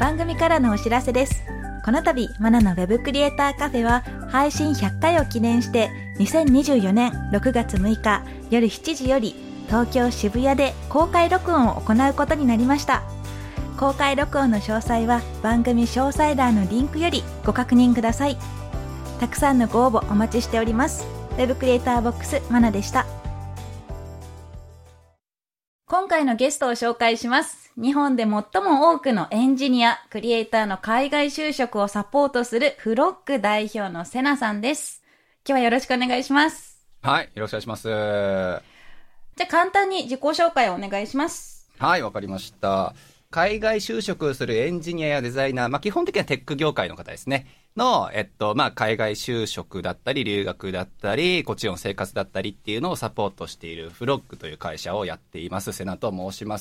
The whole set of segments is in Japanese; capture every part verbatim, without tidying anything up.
番組からのお知らせです。この度マナのウェブクリエイターカフェは配信ひゃっかいを記念してにせんにじゅうよねんろくがつむいか夜しちじより東京渋谷で公開録音を行うことになりました。公開録音の詳細は番組詳細欄のリンクよりご確認ください。たくさんのご応募お待ちしております。ウェブクリエイターボックスマナでした。今回のゲストを紹介します。日本で最も多くのエンジニア、クリエイターの海外就職をサポートするフロック代表のセナさんです。今日はよろしくお願いします。 はい、よろしくお願いします。じゃあ簡単に自己紹介をお願いします。 はい、わかりました。海外就職するエンジニアやデザイナー、まあ基本的にはテック業界の方ですね。の、えっと、まあ海外就職だったり、留学だったり、こっちの生活だったりっていうのをサポートしているフロックという会社をやっています。セナと申します。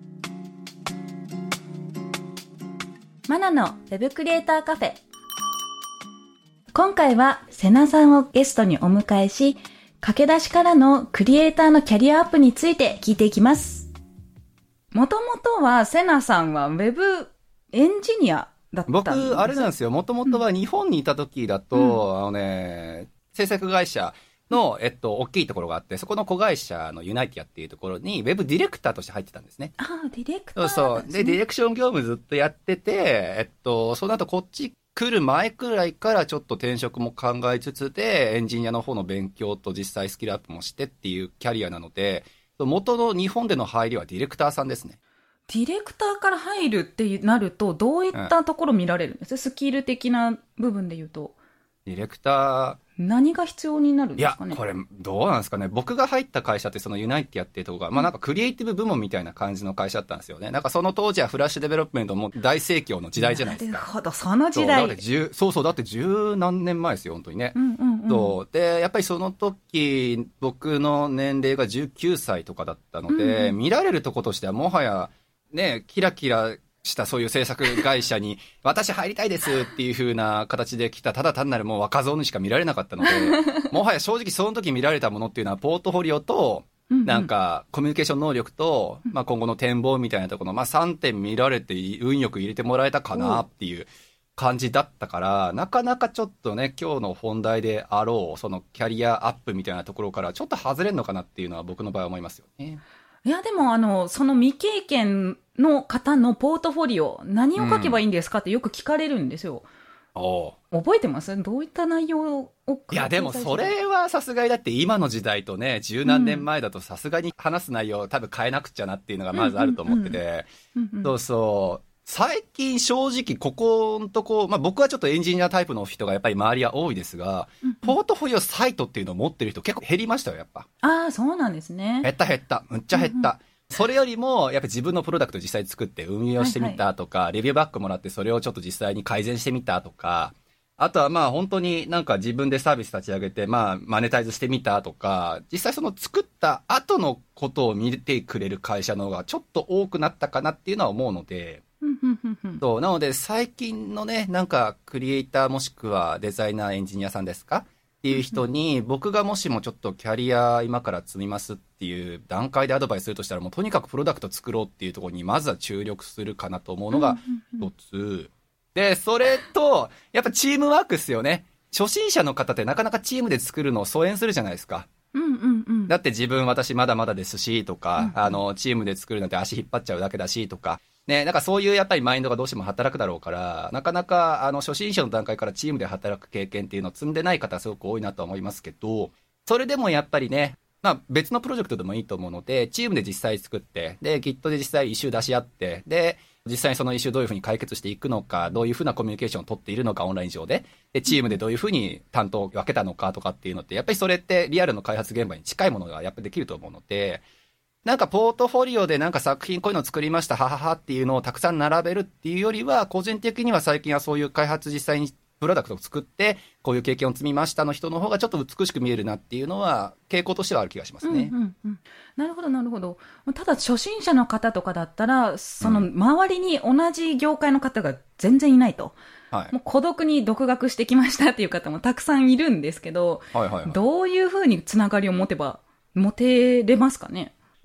マナのウェブクリエイターカフェ。今回はセナさんをゲストにお迎えし、駆け出しからのクリエイターのキャリアアップについて聞いていきます。もともとはセナさんはウェブエンジニアだったんですか？ 僕、あれなんですよ。もともとは日本にいた時だと、うん、あのね、制作会社の、えっと、大きいところがあって、そこの子会社のユナイティアっていうところに、ウェブディレクターとして入ってたんですね。 ああ、ディレクター、ね。 そうそう。で、ディレクション業務ずっとやってて、えっと、その後こっち来る前くらいからちょっと転職も考えつつで、エンジニアの方の勉強と実際スキルアップもしてっていうキャリアなので、元の日本での入りはディレクターさんですね。 ディレクターから入るってなると、どういったところ見られるんですか？うん、スキル的な部分で言うと。 ディレクター。 何が必要になるんですかね？ いや、これ、どうなんですかね。僕が入った会社って、そのユナイティアっていうところが、まあなんかクリエイティブ部門みたいな感じの会社だったんですよね。なんかその当時はフラッシュデベロップメントも大盛況の時代じゃないですか。 なるほど、その時代。 そう、だって十、そうそう、だって十何年前ですよ、本当にね。 うんうんうん、 そう。で、やっぱりその時、僕の年齢がじゅうきゅうさいとかだったので、うんうん、見られるとことしてはもはや、ね、キラキラしたそういう制作会社に私入りたいですっていう風な形で来たただ単なるもう若造にしか見られなかったのでもはや正直その時見られたものっていうのはポートフォリオとなんかコミュニケーション能力と、まあ、今後の展望みたいなところの、まあ、さんてん見られて運よく入れてもらえたかなっていう感じだったからなかなかちょっとね今日の本題であろうそのキャリアアップみたいなところからちょっと外れるのかなっていうのは僕の場合は思いますよね。 いやでもあのその未経験の方のポートフォリオ何を書けばいいんですかってよく聞かれるんですよ、 うん、お覚えてます？どういった内容を書いやでもそれはさすがにだって今の時代とね十何年前だとさすがに話す内容を多分変えなくちゃなっていうのがまずあると思ってて、そうそう最近正直ここのとこ、まあ僕はちょっとエンジニアタイプの人がやっぱり周りは多いですが、うんうん、ポートフォリオサイトっていうのを持ってる人結構減りましたよ、やっぱ。 ああ、そうなんですね。 減った減った。むっちゃ減った。うんうん、それよりも、やっぱ自分のプロダクト実際作って運用してみたとか、はいはい、レビューバックもらってそれをちょっと実際に改善してみたとか、あとはまあ本当になんか自分でサービス立ち上げて、まあマネタイズしてみたとか、実際その作った後のことを見てくれる会社の方がちょっと多くなったかなっていうのは思うので、そうなので最近のねなんかクリエイターもしくはデザイナーエンジニアさんですかっていう人に僕がもしもちょっとキャリア今から積みますっていう段階でアドバイスするとしたらもうとにかくプロダクト作ろうっていうところにまずは注力するかなと思うのが一つで、それとやっぱチームワークっすよね。初心者の方ってなかなかチームで作るのを疎遠するじゃないですか。 うんうんうん、 だって自分私まだまだですしとか、うん、あのチームで作るなんて足引っ張っちゃうだけだしとかね、なんかそういうやっぱりマインドがどうしても働くだろうから、なかなかあの初心者の段階からチームで働く経験っていうのを積んでない方はすごく多いなと思いますけど、それでもやっぱりね、まあ別のプロジェクトでもいいと思うので、チームで実際作って、で Git で実際イシュー出し合って、で実際にそのイシューどういうふうに解決していくのか、どういうふうなコミュニケーションを取っているのかオンライン上で、でチームでどういうふうに担当を分けたのかとかっていうのって、やっぱりそれってリアルの開発現場に近いものがやっぱりできると思うので、なんかポートフォリオでなんか作品こういうの作りましたはははっていうのをたくさん並べるっていうよりは、個人的には最近はそういう開発実際にプロダクトを作ってこういう経験を積みましたの人の方がちょっと美しく見えるなっていうのは傾向としてはある気がしますね。 うんうんうん、なるほどなるほど。ただ初心者の方とかだったらその周りに同じ業界の方が全然いないと、うんはい、もう孤独に独学してきましたっていう方もたくさんいるんですけど、はいはいはい、どういうふうにつながりを持てば持てれますかね。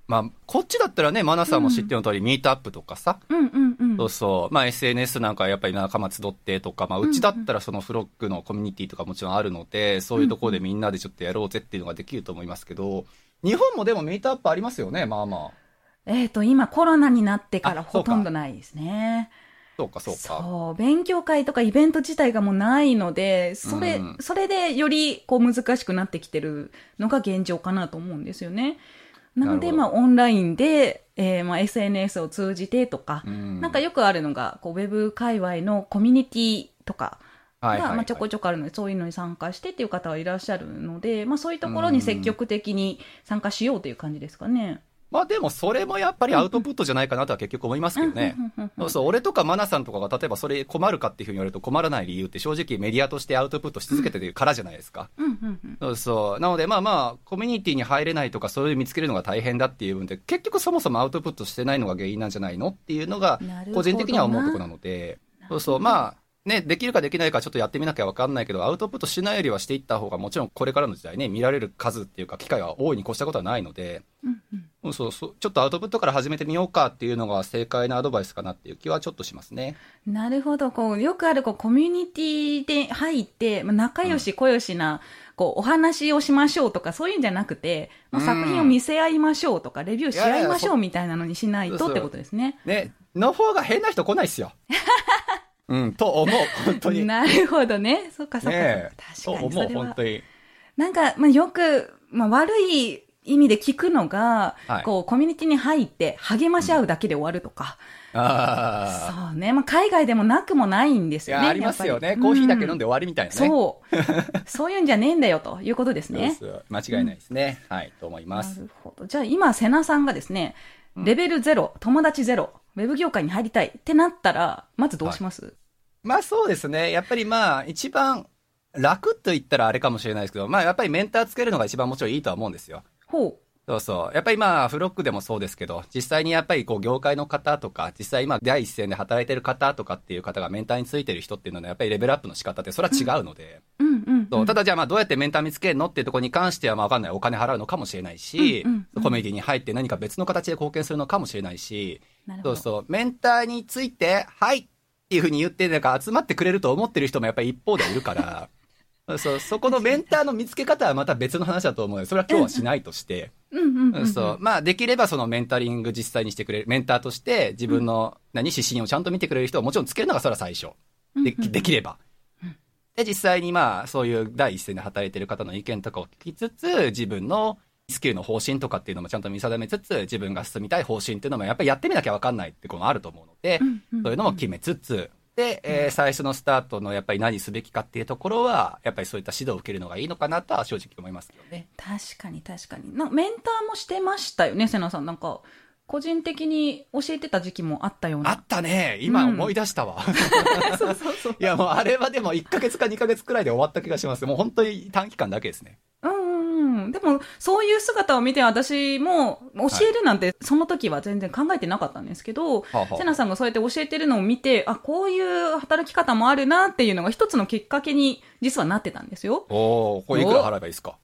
まあ、こっちだったらね、マナさんも知ってるの通り、うん、ミートアップとかさ、 うんうんうん、 そうそう、まあ エスエヌエス なんかやっぱり仲間集ってとか、まあうちだったらそのフロックのコミュニティとかもちろんあるので、そういうところでみんなでちょっとやろうぜっていうのができると思いますけど、日本もでもミートアップありますよね、まあまあ。 えっと、今コロナになってからほとんどないですね。 そうかそうか。 そう、勉強会とかイベント自体がもうないので、それ、うん、それでよりこう難しくなってきてるのが現状かなと思うんですよね。なので、まあ、オンラインで、えー、まあ、エスエヌエス を通じてとか、うん、なんかよくあるのが、こう、ウェブ界隈のコミュニティとかが、はいはいはい、まあ、ちょこちょこあるので、そういうのに参加してっていう方はいらっしゃるので、まあ、そういうところに積極的に参加しようという感じですかね。 まあでもそれもやっぱりアウトプットじゃないかなとは結局思いますけどね。そうそう、俺とかマナさんとかが例えばそれ困るかっていうふうに言われると困らない理由って正直メディアとしてアウトプットし続けてるからじゃないですか。そうそう。なのでまあまあコミュニティに入れないとかそういう見つけるのが大変だっていう部分で結局そもそもアウトプットしてないのが原因なんじゃないのっていうのが個人的には思うところなので。そうそう。まあね、できるかできないかちょっとやってみなきゃ分かんないけど、アウトプットしないよりはしていった方がもちろんこれからの時代ね、見られる数っていうか機会は大いに越したことはないので、うんうん、そうそう、ちょっとアウトプットから始めてみようかっていうのが正解なアドバイスかなっていう気はちょっとしますね。 なるほど。こうよくあるこうコミュニティで入って、まあ、仲良し小良しな、うん、こうお話をしましょうとかそういうんじゃなくて、まあ、作品を見せ合いましょうとか、レビューし合いましょうみたいなのにしないとってことですね。 ね、の方が変な人来ないっすよ。うん、と思う、本当に。 なるほどね。そっかそっか。 ね、 確かにそれは。 思う、本当に。 なんか、まあ、よく、まあ、悪い意味で聞くのが、はい、こう、コミュニティに入って励まし合うだけで終わるとか。うん、ああ。そうね。まあ、海外でもなくもないんですよね。 いや、ありますよね。コーヒーだけ飲んで終わりみたいなね。 そう。そういうんじゃねえんだよということですね。 そうです。間違いないですね。うん、はい、と思います。 なるほど。じゃあ、今、瀬名さんがですね、レベルゼロ、友達ゼロ、ウェブ業界に入りたいってなったら、まずどうします？はい、 まあそうですね。やっぱりまあ一番楽と言ったらあれかもしれないですけど、まあやっぱりメンターつけるのが一番もちろんいいとは思うんですよ。 ほう。 そうそう。やっぱりまあフロックでもそうですけど、実際にやっぱりこう業界の方とか、実際今第一線で働いてる方とかっていう方がメンターについてる人っていうのはやっぱりレベルアップの仕方ってそれは違うので。うんうんうんうん、そうただじゃあまあどうやってメンター見つけるのっていうところに関してはまあわかんない。お金払うのかもしれないし、うんうんうん、コミュニティに入って何か別の形で貢献するのかもしれないし、そうそう。メンターについて、はいっていう風に言って、なんか集まってくれると思ってる人もやっぱり一方でいるから、そう、そこのメンターの見つけ方はまた別の話だと思うので、それは今日はしないとして、そう、まあできればそのメンタリング実際にしてくれる、メンターとして自分の何指針をちゃんと見てくれる人をもちろんつけるのがそれは最初。で、できれば。で、実際にまあそういう第一線で働いてる方の意見とかを聞きつつ、自分のスキルの方針とかっていうのもちゃんと見定めつつ、自分が進みたい方針っていうのもやっぱりやってみなきゃ分かんないってこともあると思うので、そういうのも決めつつ、で、えー、最初のスタートのやっぱり何すべきかっていうところは、やっぱりそういった指導を受けるのがいいのかなとは正直思いますけどね。 確かに確かに。なメンターもしてましたよね、瀬名さん。なんか、個人的に教えてた時期もあったような。 あったね。今思い出したわ。うん、そうそうそう。いやもうあれはでもいっかげつかにかげつくらいで終わった気がします。もう本当に短期間だけですね。 でも、そういう姿を見て私も教えるなんて、その時は全然考えてなかったんですけど、はい、瀬名さんがそうやって教えてるのを見て、あ、こういう働き方もあるなっていうのが一つのきっかけに実はなってたんですよ。 おー、これいくら払えばいいですか？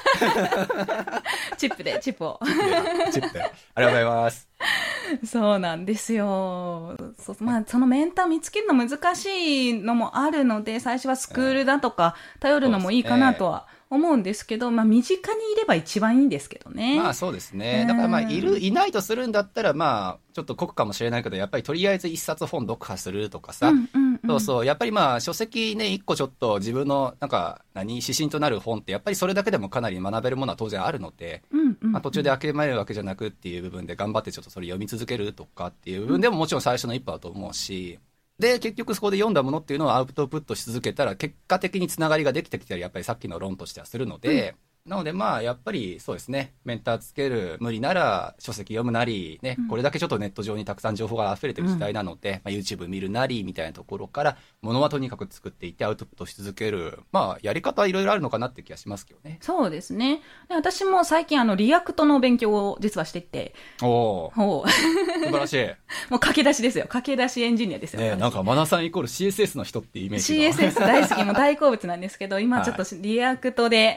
チップで、チップを。 チップで。ありがとうございます。 そうなんですよ。そう、まあ、そのメンター見つけるの難しいのもあるので、最初はスクールだとか頼るのもいいかなとは思うんですけど、まあ身近にいれば一番いいんですけどね。 まあそうですね。だからまあいる、いないとするんだったらまあちょっと酷かもしれないけど、やっぱりとりあえず一冊本読破するとかさ。うんうんうん、そうそう。やっぱりまあ書籍ね、一個ちょっと自分のなんか何、指針となる本ってやっぱりそれだけでもかなり学べるものは当然あるので、うんうんうん、まあ途中で諦めるわけじゃなくっていう部分で頑張ってちょっとそれ読み続けるとかっていう部分でももちろん最初の一歩だと思うし、で、結局そこで読んだものっていうのをアウトプットし続けたら、結果的につながりができてきたり、やっぱりさっきの論としてはするので、うん、なのでまあ、やっぱりそうですね、メンターつける、無理なら書籍読むなり、ね、うん、これだけちょっとネット上にたくさん情報が溢れてる時代なので、うん、まあ、YouTube 見るなり、みたいなところから、ものはとにかく作っていってアウトプットし続ける、まあ、やり方はいろいろあるのかなって気がしますけどね。 そうですね。で私も最近あの、リアクトの勉強を実はしていて。 おー。 おー。 素晴らしい。 もう駆け出しですよ。駆け出しエンジニアですよ。 ね、なんかマナさんイコール シーエスエス の人ってイメージが。 シーエスエス 大好き、もう大好物なんですけど、今ちょっとリアクトで、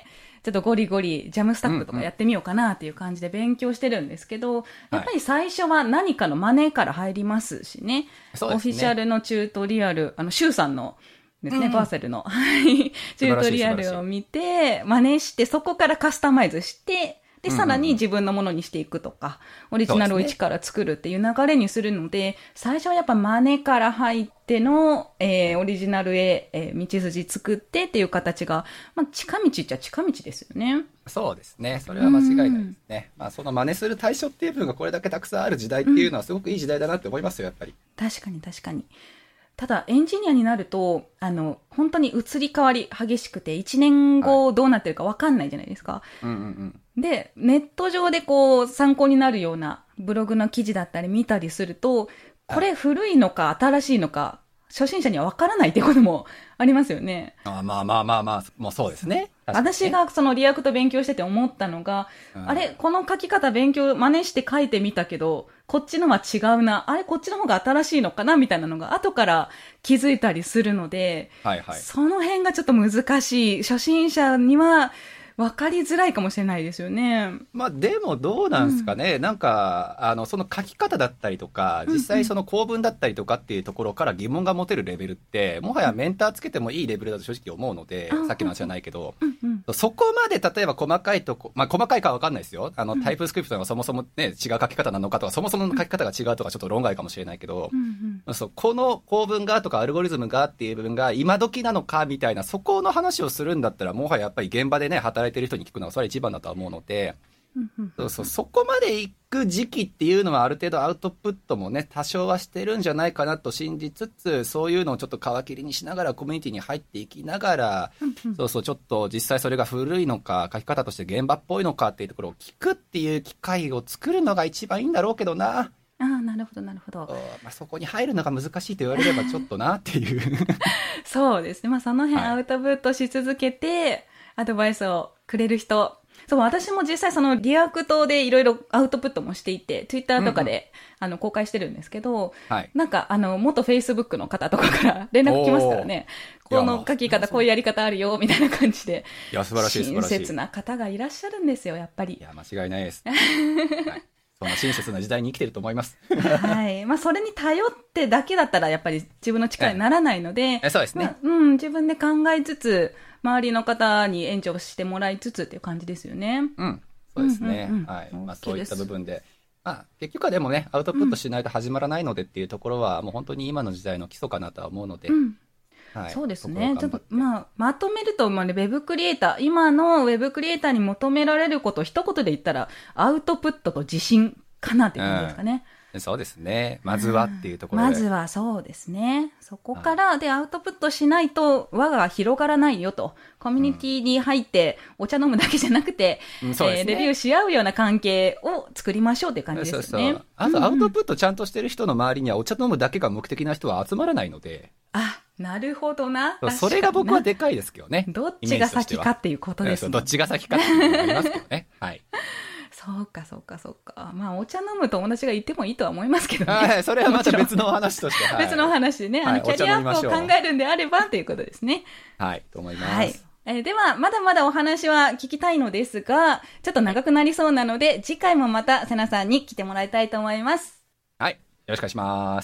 ちょっとゴリゴリジャムスタックとかやってみようかなっていう感じで勉強してるんですけど、うんうん、やっぱり最初は何かの真似から入りますしね、はい、オフィシャルのチュートリアル、あのシュウさんのですね、うん、バーセルのチュートリアルを見て真似して、そこからカスタマイズしてでさらに自分のものにしていくとか、オリジナルを一から作るっていう流れにするので、で最初はやっぱ真似から入っての、えー、オリジナルへ、えー、道筋作ってっていう形が、まあ、近道っちゃ近道ですよね。 そうですね。それは間違いないですね。まあ、その真似する対象っていう部分がこれだけたくさんある時代っていうのはすごくいい時代だなって思いますよ、やっぱり。 確かに確かに。ただエンジニアになるとあの本当に移り変わり激しくていちねんごどうなってるか分かんないじゃないですか、はい、うんうんうん、でネット上でこう参考になるようなブログの記事だったり見たりすると、これ古いのか新しいのか初心者には分からないっていうこともありますよね。 あまあまあまあまあ、もうそうですね。 私がそのリアクト勉強してて思ったのが、うん、あれこの書き方勉強真似して書いてみたけどこっちのは違うな、あれこっちの方が新しいのかなみたいなのが後から気づいたりするので、はいはい、その辺がちょっと難しい、初心者には分かりづらいかもしれないですよね。 まあでもどうなんですかね、うん、なんかあのその書き方だったりとか実際その構文だったりとかっていうところから疑問が持てるレベルってもはやメンターつけてもいいレベルだと正直思うので、うん、さっきの話じゃないけど、うんうん、そこまで例えば細かいとこ、まあ細かいかは分かんないですよ、あのタイプスクリプトがそもそもね違う書き方なのかとかそもそもの書き方が違うとかちょっと論外かもしれないけど、うんうん、そうこの構文がとかアルゴリズムがっていう部分が今時なのかみたいなそこの話をするんだったらもはややっぱり現場でね働いてる人に聞くのはそれ一番だとは思うので、そうそう、そこまで行く時期っていうのはある程度アウトプットもね多少はしてるんじゃないかなと信じつつ、そういうのをちょっと皮切りにしながらコミュニティに入っていきながら、そうそうちょっと実際それが古いのか書き方として現場っぽいのかっていうところを聞くっていう機会を作るのが一番いいんだろうけどな。 ああ、なるほどなるほど。 まあ、そこに入るのが難しいと言われればちょっとなっていうそうですね、まあ、その辺アウトプットし続けて、はい、アドバイスをくれる人、そう私も実際そのリアクトでいろいろアウトプットもしていて Twitter とかで、うんうん、あの公開してるんですけど、はい、なんかあの元 Facebook の方とかから連絡来ますからね、この書き方こういうやり方あるよみたいな感じで、 いや素晴らしい素晴らしい親切な方がいらっしゃるんですよ、やっぱり。 いや間違いないです、はい、そんな親切な時代に生きてると思いますはい、まあ、それに頼ってだけだったらやっぱり自分の力にならないので、 えそうですね、まあうん、自分で考えつつ周りの方に援助してもらいつつっていう感じですよね。 うん、そうですね、うんうんうん、はい、まあ、そういった部分で、まあ、結局はでもねアウトプットしないと始まらないのでっていうところは、うん、もう本当に今の時代の基礎かなとは思うので、うんはい、そうですね。ちょっと、 まあ、まとめると、まあね、ウェブクリエイター、今のウェブクリエイターに求められること、一言で言ったら、アウトプットと自信かなっていう感じですかね。 うん、そうですね。まずはっていうところで。 まずはそうですね。そこから、で、アウトプットしないと、輪が広がらないよと。コミュニティに入って、お茶飲むだけじゃなくて、うんえーね、レビューし合うような関係を作りましょうっていう感じですよね。そうそうあと、アウトプットちゃんとしてる人の周りには、お茶飲むだけが目的な人は集まらないので。 あ、なるほどな。 それが僕はでかいですけどね。 どっちが先かっていうことですね。 どっちが先かっていうのがありますけどね。はい。 そうかそうかそうか。まあお茶飲む友達がいてもいいとは思いますけどね。 はい、それはまた別の話として。 はい、別の話でね、あの、はい、キャリアアップを考えるんであればということですね。 はい、と思います。 はい。えー、では、まだまだお話は聞きたいのですが、ちょっと長くなりそうなので、次回もまた瀬名さんに来てもらいたいと思います。 はい、よろしくお願いします。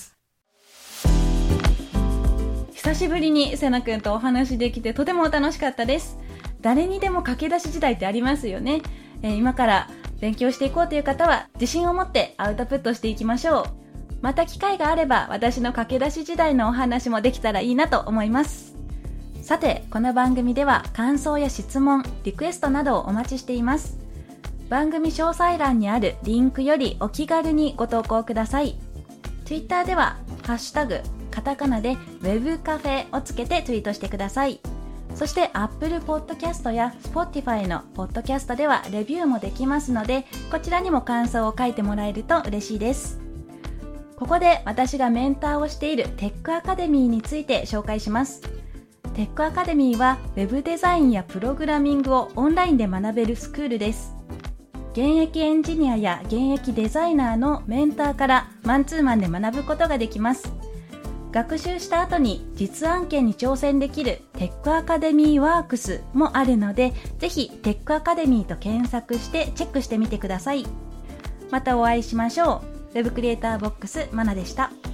久しぶりに瀬名くんとお話できてとても楽しかったです。誰にでも駆け出し時代ってありますよね。えー、今から勉強していこうという方は自信を持ってアウトプットしていきましょう。また機会があれば私の駆け出し時代のお話もできたらいいなと思います。さて、この番組では感想や質問、リクエストなどをお待ちしています。番組詳細欄にあるリンクよりお気軽にご投稿ください。Twitter ではハッシュタグカタカナで Web カフェをつけてツイートしてください。そして Apple Podcast や Spotify の Podcast ではレビューもできますので、こちらにも感想を書いてもらえると嬉しいです。ここで私がメンターをしているテックアカデミーについて紹介します。テックアカデミーは Web デザインやプログラミングをオンラインで学べるスクールです。現役エンジニアや現役デザイナーのメンターからマンツーマンで学ぶことができます。 学習した後に実案件に挑戦できるテックアカデミーワークスもあるので、ぜひテックアカデミーと検索してチェックしてみてください。またお会いしましょう。ウェブクリエイターボックスマナでした。